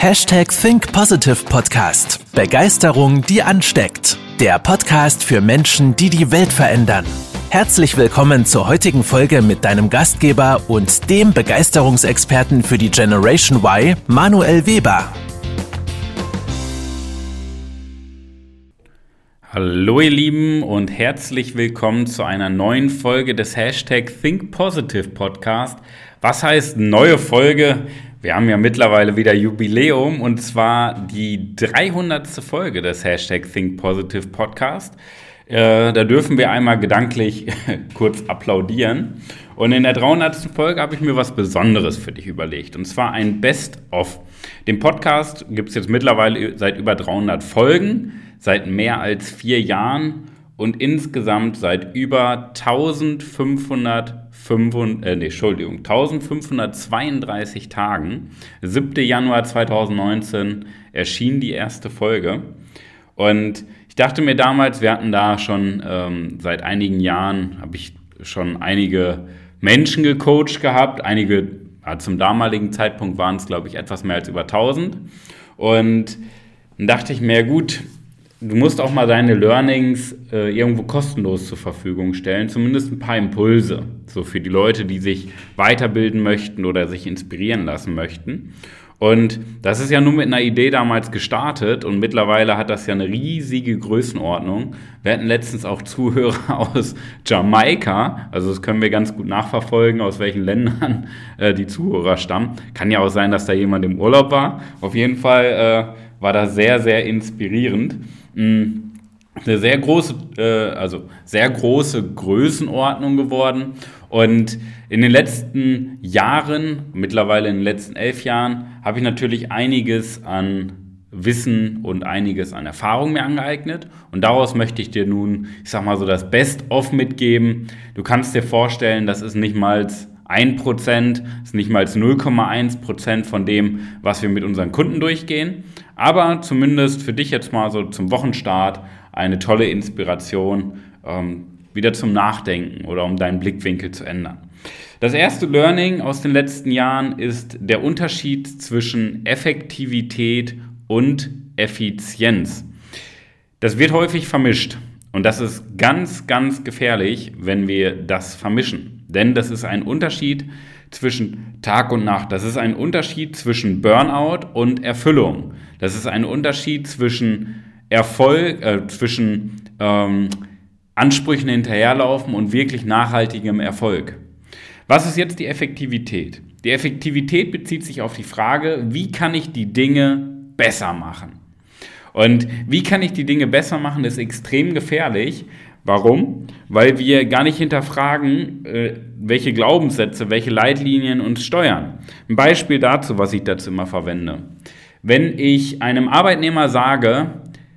Think Positive Podcast. Begeisterung, die ansteckt. Der Podcast für Menschen, die die Welt verändern. Herzlich willkommen zur heutigen Folge mit deinem Gastgeber und dem Begeisterungsexperten für die Generation Y, Manuel Weber. Hallo ihr Lieben und herzlich willkommen zu einer neuen Folge des Think Positive Podcast. Was heißt neue Folge? Wir haben ja mittlerweile wieder Jubiläum und zwar die 300. Folge des Think Positive Podcast. Da dürfen wir einmal gedanklich kurz applaudieren. Und in der 300. Folge habe ich mir was Besonderes für dich überlegt. Und zwar ein Best-of. Den Podcast gibt es jetzt mittlerweile seit über 300 Folgen, seit mehr als 4 Jahren und insgesamt seit über 1532 Tagen. 7. Januar 2019 erschien die erste Folge. Und ich dachte mir damals, wir hatten da schon seit einigen Jahren, habe ich schon einige Menschen gecoacht gehabt. Einige, zum damaligen Zeitpunkt waren es, glaube ich, etwas mehr als über 1000. Und dann dachte ich mir, gut, du musst auch mal deine Learnings irgendwo kostenlos zur Verfügung stellen, zumindest ein paar Impulse, so für die Leute, die sich weiterbilden möchten oder sich inspirieren lassen möchten. Und das ist ja nur mit einer Idee damals gestartet und mittlerweile hat das ja eine riesige Größenordnung. Wir hatten letztens auch Zuhörer aus Jamaika, also das können wir ganz gut nachverfolgen, aus welchen Ländern die Zuhörer stammen. Kann ja auch sein, dass da jemand im Urlaub war. Auf jeden Fall war das sehr, sehr inspirierend. Eine sehr große Größenordnung geworden. Und in den letzten Jahren, mittlerweile in den letzten 11 Jahren, habe ich natürlich einiges an Wissen und einiges an Erfahrung mir angeeignet. Und daraus möchte ich dir nun, ich sag mal so, das Best-of mitgeben. Du kannst dir vorstellen, das ist nicht mal 1%, ist nicht mal 0,1% von dem, was wir mit unseren Kunden durchgehen. Aber zumindest für dich jetzt mal so zum Wochenstart eine tolle Inspiration, wieder zum Nachdenken oder um deinen Blickwinkel zu ändern. Das erste Learning aus den letzten Jahren ist der Unterschied zwischen Effektivität und Effizienz. Das wird häufig vermischt und das ist ganz, ganz gefährlich, wenn wir das vermischen. Denn das ist ein Unterschied zwischen Tag und Nacht. Das ist ein Unterschied zwischen Burnout und Erfüllung. Das ist ein Unterschied zwischen Erfolg, Ansprüchen hinterherlaufen und wirklich nachhaltigem Erfolg. Was ist jetzt die Effektivität? Die Effektivität bezieht sich auf die Frage, wie kann ich die Dinge besser machen? Und wie kann ich die Dinge besser machen, ist extrem gefährlich. Warum? Weil wir gar nicht hinterfragen, welche Glaubenssätze, welche Leitlinien uns steuern. Ein Beispiel dazu, was ich dazu immer verwende. Wenn ich einem Arbeitnehmer sage,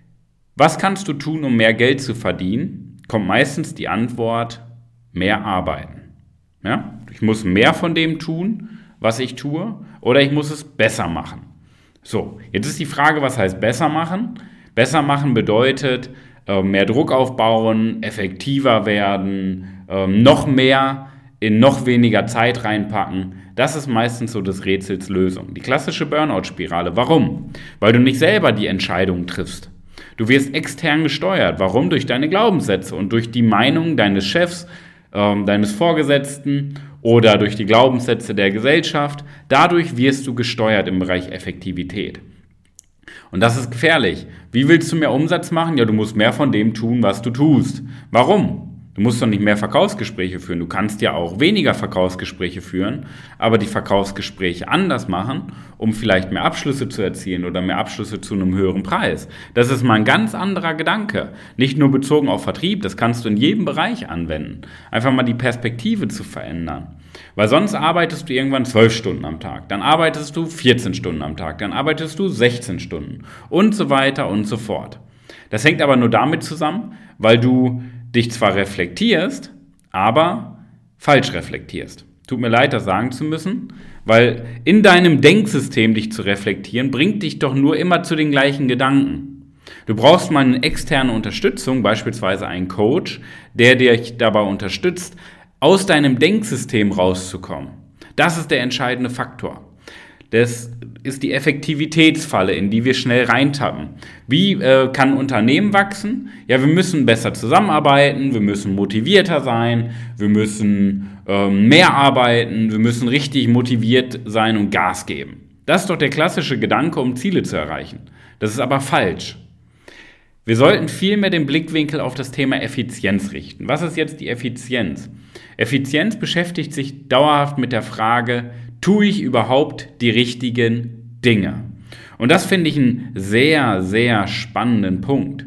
was kannst du tun, um mehr Geld zu verdienen, kommt meistens die Antwort, mehr arbeiten. Ja? Ich muss mehr von dem tun, was ich tue, oder ich muss es besser machen. So, jetzt ist die Frage, was heißt besser machen? Besser machen bedeutet, mehr Druck aufbauen, effektiver werden, noch mehr in noch weniger Zeit reinpacken. Das ist meistens so des Rätsels Lösung. Die klassische Burnout-Spirale. Warum? Weil du nicht selber die Entscheidung triffst. Du wirst extern gesteuert. Warum? Durch deine Glaubenssätze und durch die Meinung deines Chefs, deines Vorgesetzten oder durch die Glaubenssätze der Gesellschaft. Dadurch wirst du gesteuert im Bereich Effektivität. Und das ist gefährlich. Wie willst du mehr Umsatz machen? Ja, du musst mehr von dem tun, was du tust. Warum? Du musst doch nicht mehr Verkaufsgespräche führen. Du kannst ja auch weniger Verkaufsgespräche führen, aber die Verkaufsgespräche anders machen, um vielleicht mehr Abschlüsse zu erzielen oder mehr Abschlüsse zu einem höheren Preis. Das ist mal ein ganz anderer Gedanke. Nicht nur bezogen auf Vertrieb, das kannst du in jedem Bereich anwenden. Einfach mal die Perspektive zu verändern. Weil sonst arbeitest du irgendwann 12 Stunden am Tag, dann arbeitest du 14 Stunden am Tag, dann arbeitest du 16 Stunden und so weiter und so fort. Das hängt aber nur damit zusammen, weil du dich zwar reflektierst, aber falsch reflektierst. Tut mir leid, das sagen zu müssen, weil in deinem Denksystem dich zu reflektieren, bringt dich doch nur immer zu den gleichen Gedanken. Du brauchst mal eine externe Unterstützung, beispielsweise einen Coach, der dich dabei unterstützt, aus deinem Denksystem rauszukommen. Das ist der entscheidende Faktor. Das ist die Effektivitätsfalle, in die wir schnell reintappen. Wie kann ein Unternehmen wachsen? Ja, wir müssen besser zusammenarbeiten, wir müssen motivierter sein, wir müssen mehr arbeiten, wir müssen richtig motiviert sein und Gas geben. Das ist doch der klassische Gedanke, um Ziele zu erreichen. Das ist aber falsch. Wir sollten vielmehr den Blickwinkel auf das Thema Effizienz richten. Was ist jetzt die Effizienz? Effizienz beschäftigt sich dauerhaft mit der Frage, tue ich überhaupt die richtigen Dinge? Und das finde ich einen sehr, sehr spannenden Punkt.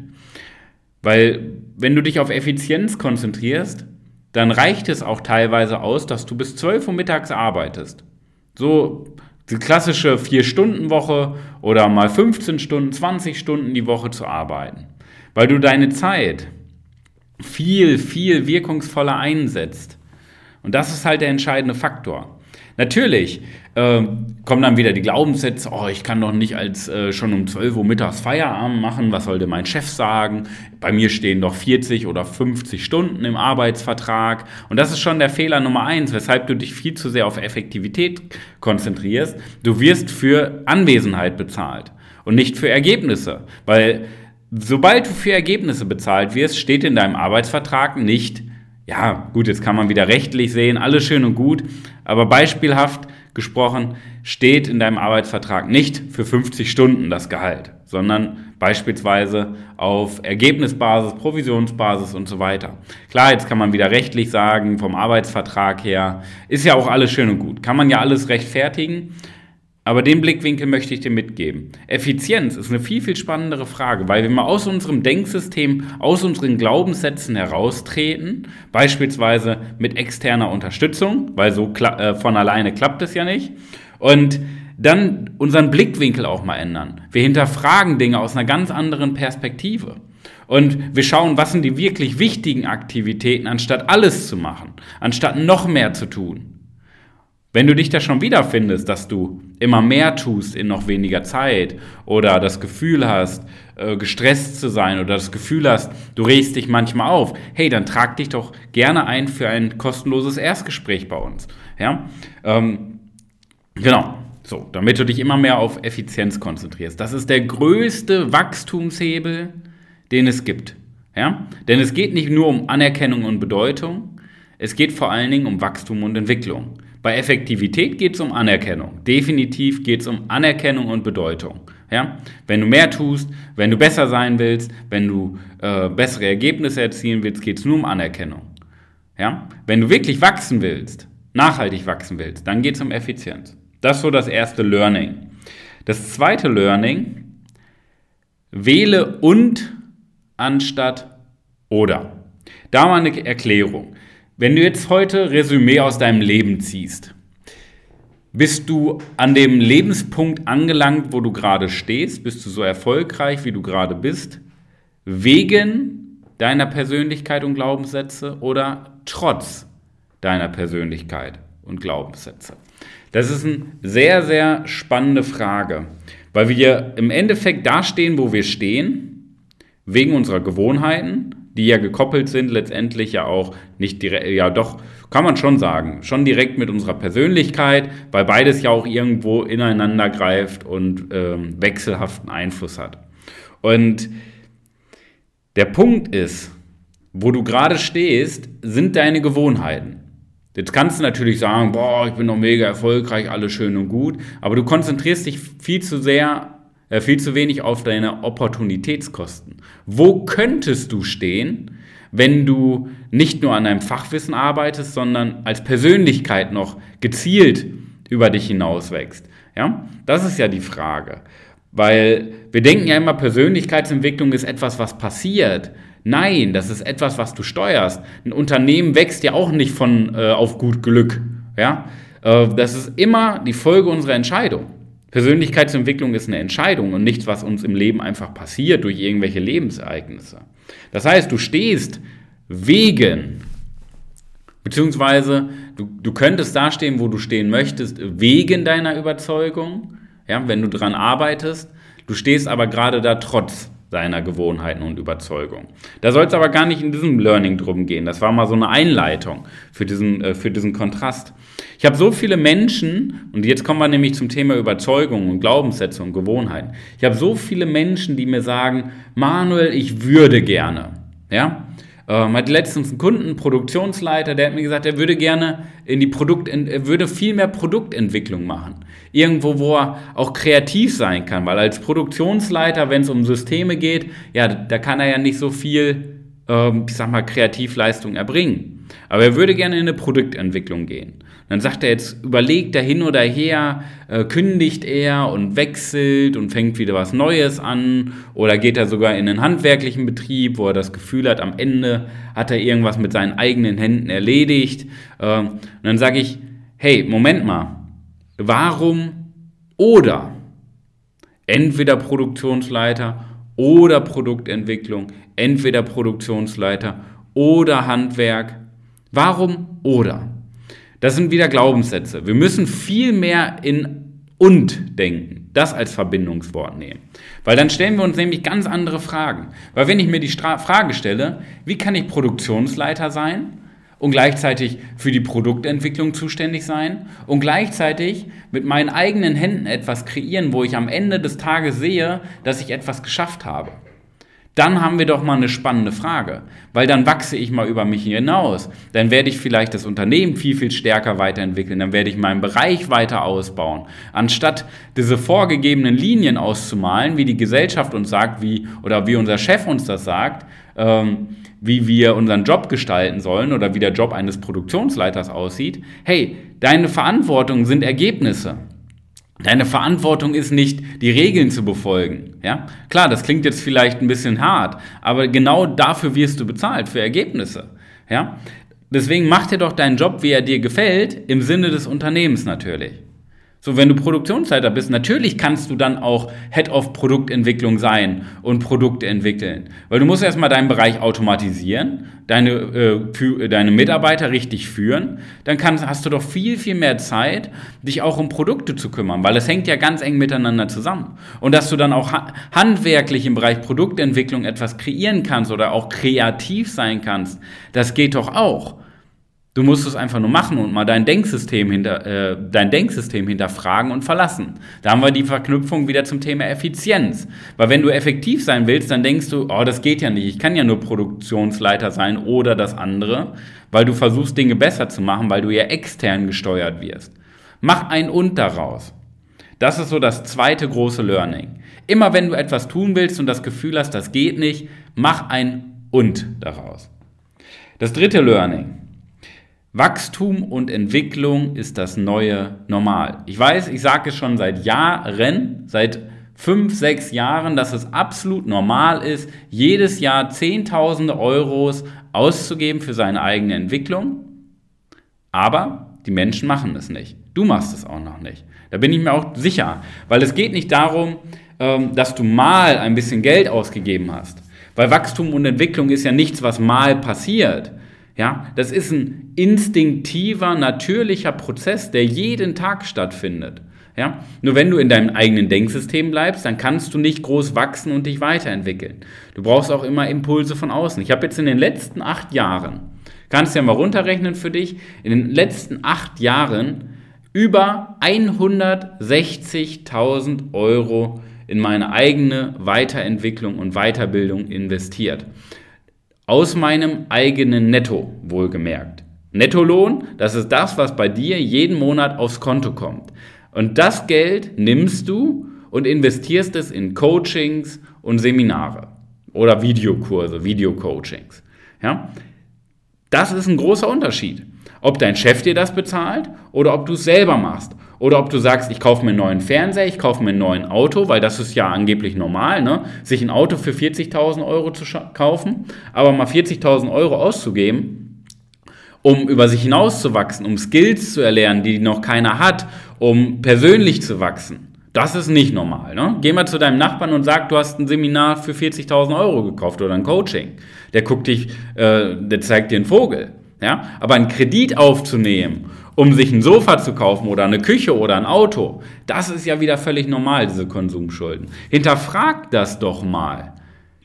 Weil wenn du dich auf Effizienz konzentrierst, dann reicht es auch teilweise aus, dass du bis 12 Uhr mittags arbeitest. So die klassische 4-Stunden-Woche oder mal 15 Stunden, 20 Stunden die Woche zu arbeiten. Weil du deine Zeit viel, viel wirkungsvoller einsetzt. Und das ist halt der entscheidende Faktor. Natürlich kommen dann wieder die Glaubenssätze, ich kann doch nicht schon um 12 Uhr mittags Feierabend machen, was soll denn mein Chef sagen? Bei mir stehen doch 40 oder 50 Stunden im Arbeitsvertrag. Und das ist schon der Fehler Nummer 1, weshalb du dich viel zu sehr auf Effektivität konzentrierst. Du wirst für Anwesenheit bezahlt und nicht für Ergebnisse. Weil sobald du für Ergebnisse bezahlt wirst, steht in deinem Arbeitsvertrag nicht, ja gut, jetzt kann man wieder rechtlich sehen, alles schön und gut, aber beispielhaft gesprochen steht in deinem Arbeitsvertrag nicht für 50 Stunden das Gehalt, sondern beispielsweise auf Ergebnisbasis, Provisionsbasis und so weiter. Klar, jetzt kann man wieder rechtlich sagen, vom Arbeitsvertrag her, ist ja auch alles schön und gut, kann man ja alles rechtfertigen, aber den Blickwinkel möchte ich dir mitgeben. Effizienz ist eine viel, viel spannendere Frage, weil wir mal aus unserem Denksystem, aus unseren Glaubenssätzen heraustreten, beispielsweise mit externer Unterstützung, weil so von alleine klappt es ja nicht, und dann unseren Blickwinkel auch mal ändern. Wir hinterfragen Dinge aus einer ganz anderen Perspektive. Und wir schauen, was sind die wirklich wichtigen Aktivitäten, anstatt alles zu machen, anstatt noch mehr zu tun. Wenn du dich da schon wiederfindest, dass du immer mehr tust in noch weniger Zeit oder das Gefühl hast, gestresst zu sein oder das Gefühl hast, du regst dich manchmal auf, hey, dann trag dich doch gerne ein für ein kostenloses Erstgespräch bei uns. Ja? Genau, so, damit du dich immer mehr auf Effizienz konzentrierst. Das ist der größte Wachstumshebel, den es gibt. Ja? Denn es geht nicht nur um Anerkennung und Bedeutung, es geht vor allen Dingen um Wachstum und Entwicklung. Bei Effektivität geht es um Anerkennung. Definitiv geht es um Anerkennung und Bedeutung. Ja? Wenn du mehr tust, wenn du besser sein willst, wenn du bessere Ergebnisse erzielen willst, geht es nur um Anerkennung. Ja? Wenn du wirklich wachsen willst, nachhaltig wachsen willst, dann geht es um Effizienz. Das ist so das erste Learning. Das zweite Learning, wähle und anstatt oder. Da mal eine Erklärung. Wenn du jetzt heute Resümee aus deinem Leben ziehst, bist du an dem Lebenspunkt angelangt, wo du gerade stehst? Bist du so erfolgreich, wie du gerade bist? Wegen deiner Persönlichkeit und Glaubenssätze oder trotz deiner Persönlichkeit und Glaubenssätze? Das ist eine sehr, sehr spannende Frage, weil wir im Endeffekt da stehen, wo wir stehen, wegen unserer Gewohnheiten, die ja gekoppelt sind, letztendlich ja auch nicht direkt, ja doch, kann man schon sagen, schon direkt mit unserer Persönlichkeit, weil beides ja auch irgendwo ineinander greift und wechselhaften Einfluss hat. Und der Punkt ist, wo du gerade stehst, sind deine Gewohnheiten. Jetzt kannst du natürlich sagen, ich bin doch mega erfolgreich, alles schön und gut, aber du konzentrierst dich viel zu wenig auf deine Opportunitätskosten. Wo könntest du stehen, wenn du nicht nur an deinem Fachwissen arbeitest, sondern als Persönlichkeit noch gezielt über dich hinaus wächst? Ja? Das ist ja die Frage. Weil wir denken ja immer, Persönlichkeitsentwicklung ist etwas, was passiert. Nein, das ist etwas, was du steuerst. Ein Unternehmen wächst ja auch nicht auf gut Glück. Ja? Das ist immer die Folge unserer Entscheidung. Persönlichkeitsentwicklung ist eine Entscheidung und nichts, was uns im Leben einfach passiert durch irgendwelche Lebensereignisse. Das heißt, du stehst beziehungsweise du könntest da stehen, wo du stehen möchtest, wegen deiner Überzeugung, ja, wenn du dran arbeitest. Du stehst aber gerade da trotz seiner Gewohnheiten und Überzeugungen. Da soll es aber gar nicht in diesem Learning drum gehen. Das war mal so eine Einleitung für diesen Kontrast. Ich habe so viele Menschen, und jetzt kommen wir nämlich zum Thema Überzeugungen und Glaubenssätze und Gewohnheiten. Ich habe so viele Menschen, die mir sagen, Manuel, ich würde gerne. Ja? Hatte letztens einen Kunden, einen Produktionsleiter, der hat mir gesagt, er würde gerne er würde viel mehr Produktentwicklung machen. Irgendwo, wo er auch kreativ sein kann, weil als Produktionsleiter, wenn es um Systeme geht, ja, da kann er ja nicht so viel, Kreativleistung erbringen. Aber er würde gerne in eine Produktentwicklung gehen. Dann sagt er, jetzt überlegt er hin oder her, kündigt er und wechselt und fängt wieder was Neues an oder geht er sogar in einen handwerklichen Betrieb, wo er das Gefühl hat, am Ende hat er irgendwas mit seinen eigenen Händen erledigt. Und dann sage ich, hey, Moment mal, warum oder entweder Produktionsleiter oder Produktentwicklung, entweder Produktionsleiter oder Handwerk, warum oder? Das sind wieder Glaubenssätze. Wir müssen viel mehr in und denken, das als Verbindungswort nehmen. Weil dann stellen wir uns nämlich ganz andere Fragen. Weil wenn ich mir die Frage stelle, wie kann ich Produktionsleiter sein und gleichzeitig für die Produktentwicklung zuständig sein und gleichzeitig mit meinen eigenen Händen etwas kreieren, wo ich am Ende des Tages sehe, dass ich etwas geschafft habe. Dann haben wir doch mal eine spannende Frage, weil dann wachse ich mal über mich hinaus. Dann werde ich vielleicht das Unternehmen viel, viel stärker weiterentwickeln, dann werde ich meinen Bereich weiter ausbauen. Anstatt diese vorgegebenen Linien auszumalen, wie die Gesellschaft uns sagt, wie unser Chef uns das sagt, wie wir unseren Job gestalten sollen oder wie der Job eines Produktionsleiters aussieht. Hey, deine Verantwortung sind Ergebnisse. Deine Verantwortung ist nicht, die Regeln zu befolgen. Ja? Klar, das klingt jetzt vielleicht ein bisschen hart, aber genau dafür wirst du bezahlt, für Ergebnisse. Ja? Deswegen mach dir doch deinen Job, wie er dir gefällt, im Sinne des Unternehmens natürlich. So, wenn du Produktionsleiter bist, natürlich kannst du dann auch Head of Produktentwicklung sein und Produkte entwickeln. Weil du musst erstmal deinen Bereich automatisieren, deine Mitarbeiter richtig führen, dann hast du doch viel, viel mehr Zeit, dich auch um Produkte zu kümmern, weil es hängt ja ganz eng miteinander zusammen. Und dass du dann auch handwerklich im Bereich Produktentwicklung etwas kreieren kannst oder auch kreativ sein kannst, das geht doch auch. Du musst es einfach nur machen und mal dein Denksystem hinterfragen und verlassen. Da haben wir die Verknüpfung wieder zum Thema Effizienz. Weil wenn du effektiv sein willst, dann denkst du, oh, das geht ja nicht, ich kann ja nur Produktionsleiter sein oder das andere, weil du versuchst, Dinge besser zu machen, weil du ja extern gesteuert wirst. Mach ein Und daraus. Das ist so das zweite große Learning. Immer wenn du etwas tun willst und das Gefühl hast, das geht nicht, mach ein Und daraus. Das dritte Learning. Wachstum und Entwicklung ist das neue Normal. Ich weiß, ich sage es schon seit Jahren, seit 5, 6 Jahren, dass es absolut normal ist, jedes Jahr Zehntausende Euros auszugeben für seine eigene Entwicklung. Aber die Menschen machen es nicht. Du machst es auch noch nicht. Da bin ich mir auch sicher. Weil es geht nicht darum, dass du mal ein bisschen Geld ausgegeben hast. Weil Wachstum und Entwicklung ist ja nichts, was mal passiert. Ja, das ist ein instinktiver, natürlicher Prozess, der jeden Tag stattfindet. Ja? Nur wenn du in deinem eigenen Denksystem bleibst, dann kannst du nicht groß wachsen und dich weiterentwickeln. Du brauchst auch immer Impulse von außen. Ich habe jetzt in den letzten 8 Jahren, kannst du ja mal runterrechnen für dich, in den letzten 8 Jahren über 160.000 Euro in meine eigene Weiterentwicklung und Weiterbildung investiert. Aus meinem eigenen Netto, wohlgemerkt. Nettolohn, das ist das, was bei dir jeden Monat aufs Konto kommt. Und das Geld nimmst du und investierst es in Coachings und Seminare oder Videokurse, Videocoachings. Ja? Das ist ein großer Unterschied. Ob dein Chef dir das bezahlt oder ob du es selber machst. Oder ob du sagst, ich kaufe mir einen neuen Fernseher, ich kaufe mir ein neues Auto, weil das ist ja angeblich normal, ne? Sich ein Auto für 40.000 Euro zu kaufen, aber mal 40.000 Euro auszugeben, um über sich hinauszuwachsen, um Skills zu erlernen, die noch keiner hat, um persönlich zu wachsen. Das ist nicht normal. Ne? Geh mal zu deinem Nachbarn und sag, du hast ein Seminar für 40.000 Euro gekauft oder ein Coaching. Der zeigt dir einen Vogel. Ja? Aber einen Kredit aufzunehmen, um sich ein Sofa zu kaufen oder eine Küche oder ein Auto, das ist ja wieder völlig normal, diese Konsumschulden. Hinterfrag das doch mal.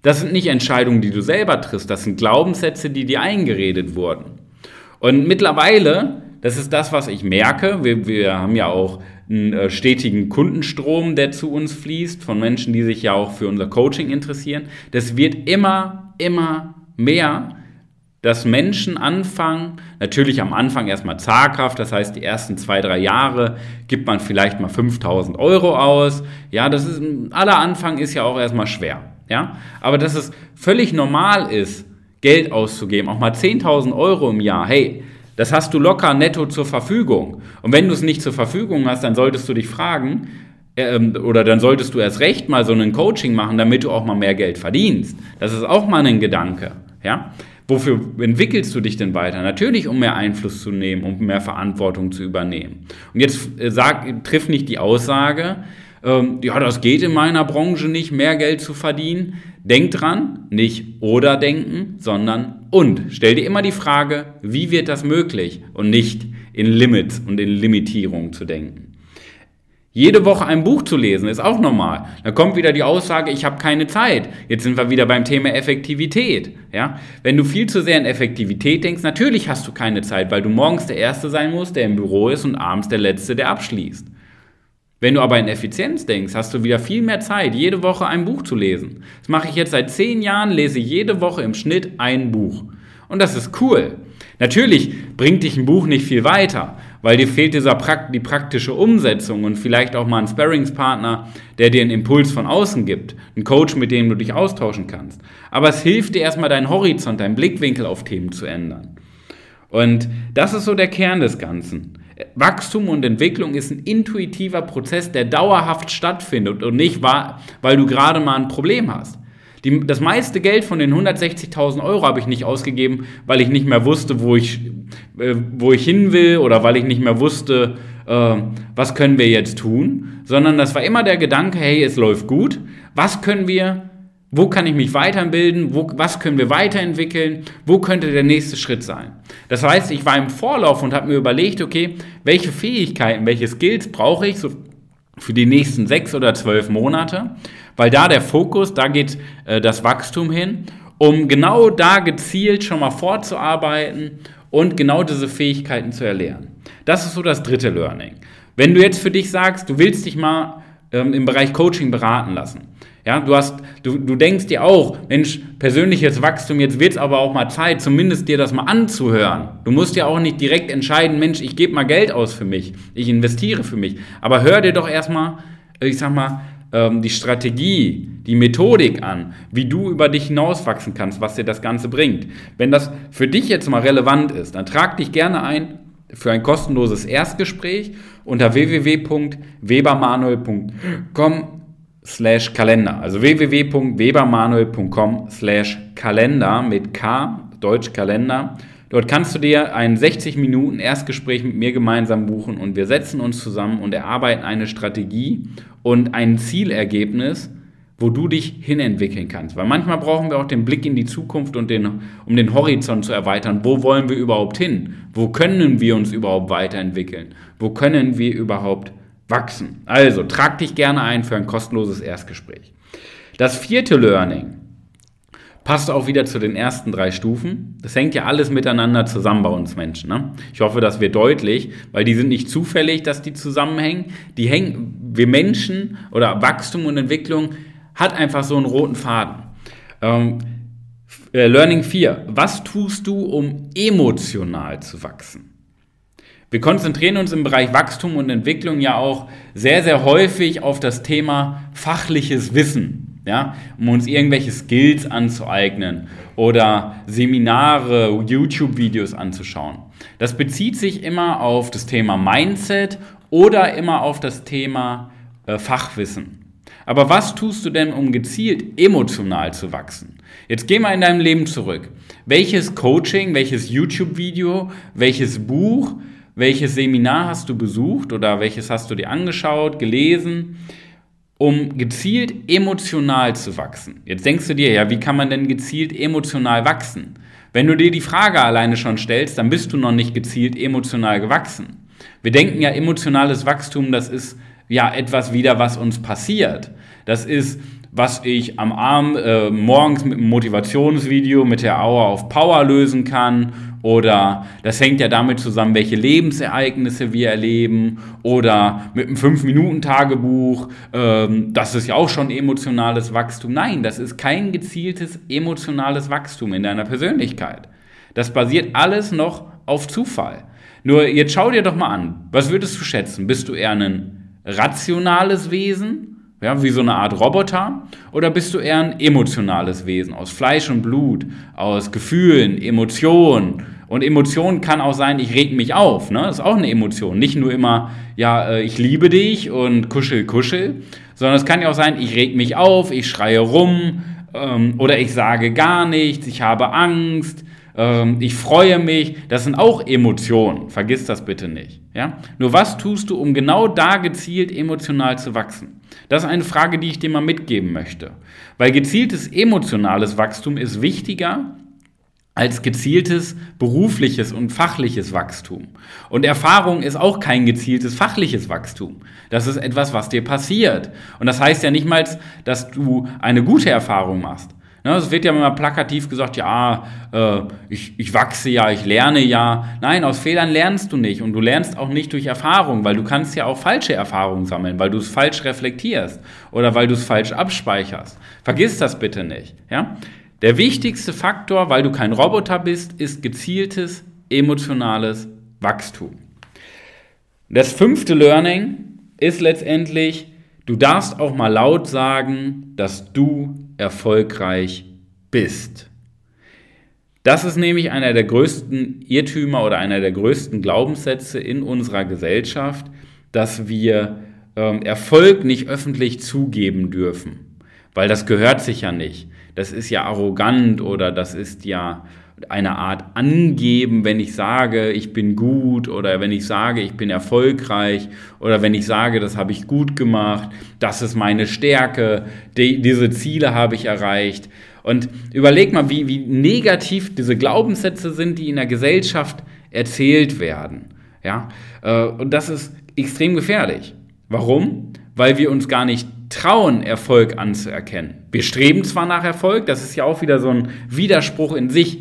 Das sind nicht Entscheidungen, die du selber triffst, das sind Glaubenssätze, die dir eingeredet wurden. Und mittlerweile, das ist das, was ich merke, wir haben ja auch einen stetigen Kundenstrom, der zu uns fließt, von Menschen, die sich ja auch für unser Coaching interessieren. Das wird immer mehr, dass Menschen anfangen, natürlich am Anfang erstmal zaghaft, das heißt die ersten 2-3 Jahre gibt man vielleicht mal 5.000 Euro aus. Ja, das ist, aller Anfang ist ja auch erstmal schwer. Ja? Aber dass es völlig normal ist, Geld auszugeben, auch mal 10.000 Euro im Jahr, hey, das hast du locker netto zur Verfügung. Und wenn du es nicht zur Verfügung hast, dann solltest du dich fragen, oder dann solltest du erst recht mal so ein Coaching machen, damit du auch mal mehr Geld verdienst. Das ist auch mal ein Gedanke. Ja? Wofür entwickelst du dich denn weiter? Natürlich, um mehr Einfluss zu nehmen, um mehr Verantwortung zu übernehmen. Und jetzt triff nicht die Aussage, ja, das geht in meiner Branche nicht, mehr Geld zu verdienen. Denk dran, nicht oder denken, sondern und. Stell dir immer die Frage, wie wird das möglich? Und nicht in Limits und in Limitierung zu denken. Jede Woche ein Buch zu lesen, ist auch normal. Da kommt wieder die Aussage, ich habe keine Zeit. Jetzt sind wir wieder beim Thema Effektivität. Ja? Wenn du viel zu sehr in Effektivität denkst, natürlich hast du keine Zeit, weil du morgens der Erste sein musst, der im Büro ist und abends der Letzte, der abschließt. Wenn du aber in Effizienz denkst, hast du wieder viel mehr Zeit, jede Woche ein Buch zu lesen. Das mache ich jetzt seit 10 Jahren, lese jede Woche im Schnitt ein Buch. Und das ist cool. Natürlich bringt dich ein Buch nicht viel weiter, weil dir fehlt die praktische Umsetzung und vielleicht auch mal ein Sparringspartner, der dir einen Impuls von außen gibt, ein Coach, mit dem du dich austauschen kannst. Aber es hilft dir erstmal, deinen Horizont, deinen Blickwinkel auf Themen zu ändern. Und das ist so der Kern des Ganzen. Wachstum und Entwicklung ist ein intuitiver Prozess, der dauerhaft stattfindet und nicht, weil du gerade mal ein Problem hast. Das meiste Geld von den 160.000 Euro habe ich nicht ausgegeben, weil ich nicht mehr wusste, wo ich hin will oder weil ich nicht mehr wusste, was können wir jetzt tun, sondern das war immer der Gedanke, hey, es läuft gut, wo kann ich mich weiterbilden, was können wir weiterentwickeln, wo könnte der nächste Schritt sein. Das heißt, ich war im Vorlauf und habe mir überlegt, okay, welche Fähigkeiten, welche Skills brauche ich so für die nächsten 6 oder 12 Monate, weil da der Fokus, da geht das Wachstum hin, um genau da gezielt schon mal vorzuarbeiten und genau diese Fähigkeiten zu erlernen. Das ist so das dritte Learning. Wenn du jetzt für dich sagst, du willst dich mal im Bereich Coaching beraten lassen, ja, du denkst dir auch, Mensch, persönliches Wachstum, jetzt wird es aber auch mal Zeit, zumindest dir das mal anzuhören. Du musst ja auch nicht direkt entscheiden, Mensch, ich gebe mal Geld aus für mich, ich investiere für mich. Aber hör dir doch erstmal, die Strategie, die Methodik an, wie du über dich hinauswachsen kannst, was dir das Ganze bringt. Wenn das für dich jetzt mal relevant ist, dann trag dich gerne ein für ein kostenloses Erstgespräch unter www.webermanuel.com/Kalender, also www.webermanuel.com/Kalender mit K, Deutsch Kalender. Dort kannst du dir ein 60 Minuten Erstgespräch mit mir gemeinsam buchen und wir setzen uns zusammen und erarbeiten eine Strategie und ein Zielergebnis, wo du dich hinentwickeln kannst. Weil manchmal brauchen wir auch den Blick in die Zukunft und um den Horizont zu erweitern. Wo wollen wir überhaupt hin? Wo können wir uns überhaupt weiterentwickeln? Wo können wir überhaupt wachsen? Also, trag dich gerne ein für ein kostenloses Erstgespräch. Das vierte Learning passt auch wieder zu den ersten 3 Stufen. Das hängt ja alles miteinander zusammen bei uns Menschen. Ne? Ich hoffe, das wird deutlich, weil die sind nicht zufällig, dass die zusammenhängen. Wir Menschen oder Wachstum und Entwicklung hat einfach so einen roten Faden. Learning 4. Was tust du, um emotional zu wachsen? Wir konzentrieren uns im Bereich Wachstum und Entwicklung ja auch sehr, sehr häufig auf das Thema fachliches Wissen. Ja, um uns irgendwelche Skills anzueignen oder Seminare, YouTube-Videos anzuschauen. Das bezieht sich immer auf das Thema Mindset oder immer auf das Thema Fachwissen. Aber was tust du denn, um gezielt emotional zu wachsen? Jetzt geh mal in deinem Leben zurück. Welches Coaching, welches YouTube-Video, welches Buch, welches Seminar hast du besucht oder welches hast du dir angeschaut, gelesen, um gezielt emotional zu wachsen? Jetzt denkst du dir, ja, wie kann man denn gezielt emotional wachsen? Wenn du dir die Frage alleine schon stellst, dann bist du noch nicht gezielt emotional gewachsen. Wir denken ja, emotionales Wachstum, das ist ja etwas wieder, was uns passiert. Das ist, was ich am Abend morgens mit einem Motivationsvideo mit der Hour of Power lösen kann. Oder das hängt ja damit zusammen, welche Lebensereignisse wir erleben. Oder mit einem 5-Minuten-Tagebuch. Das ist ja auch schon emotionales Wachstum. Nein, das ist kein gezieltes emotionales Wachstum in deiner Persönlichkeit. Das basiert alles noch auf Zufall. Nur jetzt schau dir doch mal an, was würdest du schätzen? Bist du eher ein rationales Wesen? Ja, wie so eine Art Roboter, oder bist du eher ein emotionales Wesen, aus Fleisch und Blut, aus Gefühlen, Emotionen? Und Emotion kann auch sein, ich reg mich auf, ne? Das ist auch eine Emotion. Nicht nur immer, ja, ich liebe dich und kuschel, kuschel, sondern es kann ja auch sein, ich reg mich auf, ich schreie rum, oder ich sage gar nichts, ich habe Angst, ich freue mich. Das sind auch Emotionen, vergiss das bitte nicht. Ja? Nur was tust du, um genau da gezielt emotional zu wachsen? Das ist eine Frage, die ich dir mal mitgeben möchte. Weil gezieltes emotionales Wachstum ist wichtiger als gezieltes berufliches und fachliches Wachstum. Und Erfahrung ist auch kein gezieltes fachliches Wachstum. Das ist etwas, was dir passiert. Und das heißt ja nicht mal, dass du eine gute Erfahrung machst. Es wird ja immer plakativ gesagt, ja, ich wachse ja, ich lerne ja. Nein, aus Fehlern lernst du nicht. Und du lernst auch nicht durch Erfahrung, weil du kannst ja auch falsche Erfahrungen sammeln, weil du es falsch reflektierst oder weil du es falsch abspeicherst. Vergiss das bitte nicht. Ja? Der wichtigste Faktor, weil du kein Roboter bist, ist gezieltes emotionales Wachstum. Das 5. Learning ist letztendlich, du darfst auch mal laut sagen, dass du erfolgreich bist. Das ist nämlich einer der größten Irrtümer oder einer der größten Glaubenssätze in unserer Gesellschaft, dass wir Erfolg nicht öffentlich zugeben dürfen, weil das gehört sich ja nicht. Das ist ja arrogant oder das ist ja eine Art Angeben, wenn ich sage, ich bin gut oder wenn ich sage, ich bin erfolgreich oder wenn ich sage, das habe ich gut gemacht, das ist meine Stärke, diese Ziele habe ich erreicht. Und überleg mal, wie negativ diese Glaubenssätze sind, die in der Gesellschaft erzählt werden. Ja? Und das ist extrem gefährlich. Warum? Weil wir uns gar nicht trauen, Erfolg anzuerkennen. Wir streben zwar nach Erfolg, das ist ja auch wieder so ein Widerspruch in sich.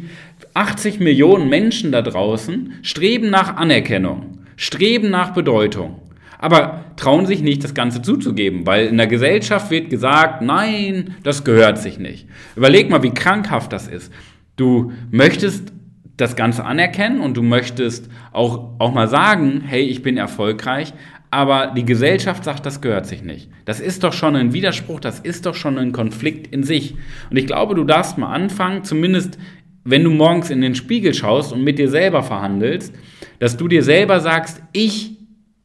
80 Millionen Menschen da draußen streben nach Anerkennung, streben nach Bedeutung, aber trauen sich nicht, das Ganze zuzugeben, weil in der Gesellschaft wird gesagt, nein, das gehört sich nicht. Überleg mal, wie krankhaft das ist. Du möchtest das Ganze anerkennen und du möchtest auch mal sagen, hey, ich bin erfolgreich, aber die Gesellschaft sagt, das gehört sich nicht. Das ist doch schon ein Widerspruch, das ist doch schon ein Konflikt in sich. Und ich glaube, du darfst mal anfangen, zumindest wenn du morgens in den Spiegel schaust und mit dir selber verhandelst, dass du dir selber sagst, ich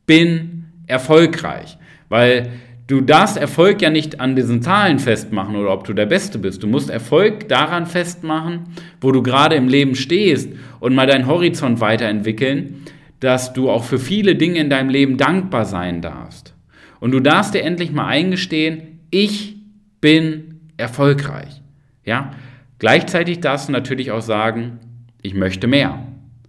bin erfolgreich. Weil du darfst Erfolg ja nicht an diesen Zahlen festmachen oder ob du der Beste bist. Du musst Erfolg daran festmachen, wo du gerade im Leben stehst und mal deinen Horizont weiterentwickeln, dass du auch für viele Dinge in deinem Leben dankbar sein darfst. Und du darfst dir endlich mal eingestehen, ich bin erfolgreich. Ja? Gleichzeitig darfst du natürlich auch sagen, ich möchte mehr.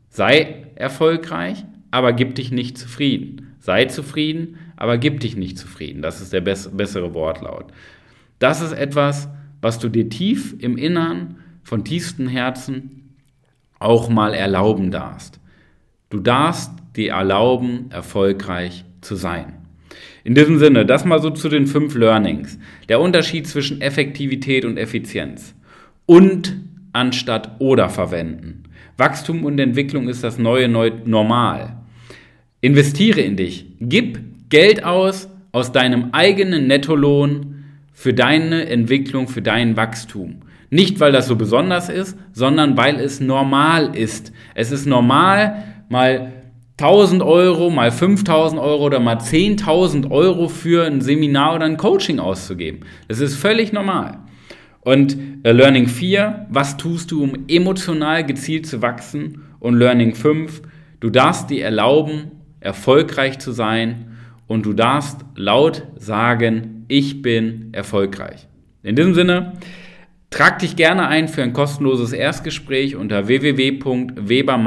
Sei erfolgreich, aber gib dich nicht zufrieden. Sei zufrieden, aber gib dich nicht zufrieden. Das ist der bessere Wortlaut. Das ist etwas, was du dir tief im Innern, von tiefstem Herzen auch mal erlauben darfst. Du darfst dir erlauben, erfolgreich zu sein. In diesem Sinne, das mal so zu den 5 Learnings. Der Unterschied zwischen Effektivität und Effizienz. Und anstatt oder verwenden. Wachstum und Entwicklung ist das neue Normal. Investiere in dich. Gib Geld aus deinem eigenen Nettolohn für deine Entwicklung, für dein Wachstum. Nicht, weil das so besonders ist, sondern weil es normal ist. Es ist normal, mal 1.000 Euro, mal 5.000 Euro oder mal 10.000 Euro für ein Seminar oder ein Coaching auszugeben. Das ist völlig normal. Und Learning 4, was tust du, um emotional gezielt zu wachsen? Und Learning 5, du darfst dir erlauben, erfolgreich zu sein und du darfst laut sagen, ich bin erfolgreich. In diesem Sinne, trag dich gerne ein für ein kostenloses Erstgespräch unter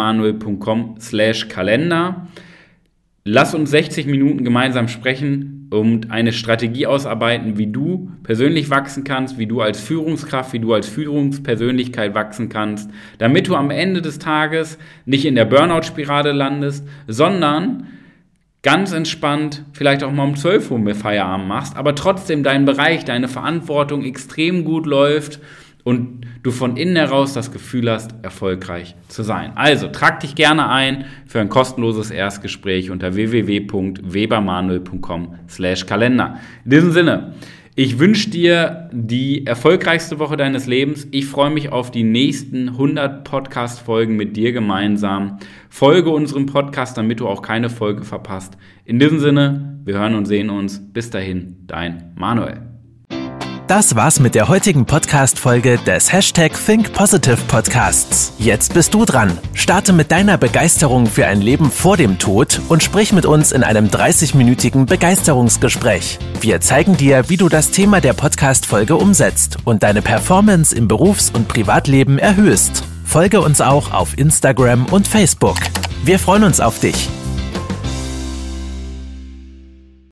www.webermanuel.com/Kalender. Lass uns 60 Minuten gemeinsam sprechen. und eine Strategie ausarbeiten, wie du persönlich wachsen kannst, wie du als Führungskraft, wie du als Führungspersönlichkeit wachsen kannst, damit du am Ende des Tages nicht in der Burnout-Spirale landest, sondern ganz entspannt vielleicht auch mal um 12 Uhr mit Feierabend machst, aber trotzdem dein Bereich, deine Verantwortung extrem gut läuft und du von innen heraus das Gefühl hast, erfolgreich zu sein. Also trag dich gerne ein für ein kostenloses Erstgespräch unter www.webermanuel.com/Kalender. In diesem Sinne, ich wünsche dir die erfolgreichste Woche deines Lebens. Ich freue mich auf die nächsten 100 Podcast-Folgen mit dir gemeinsam. Folge unserem Podcast, damit du auch keine Folge verpasst. In diesem Sinne, wir hören und sehen uns. Bis dahin, dein Manuel. Das war's mit der heutigen Podcast-Folge des #ThinkPositive Podcasts. Jetzt bist du dran. Starte mit deiner Begeisterung für ein Leben vor dem Tod und sprich mit uns in einem 30-minütigen Begeisterungsgespräch. Wir zeigen dir, wie du das Thema der Podcast-Folge umsetzt und deine Performance im Berufs- und Privatleben erhöhst. Folge uns auch auf Instagram und Facebook. Wir freuen uns auf dich.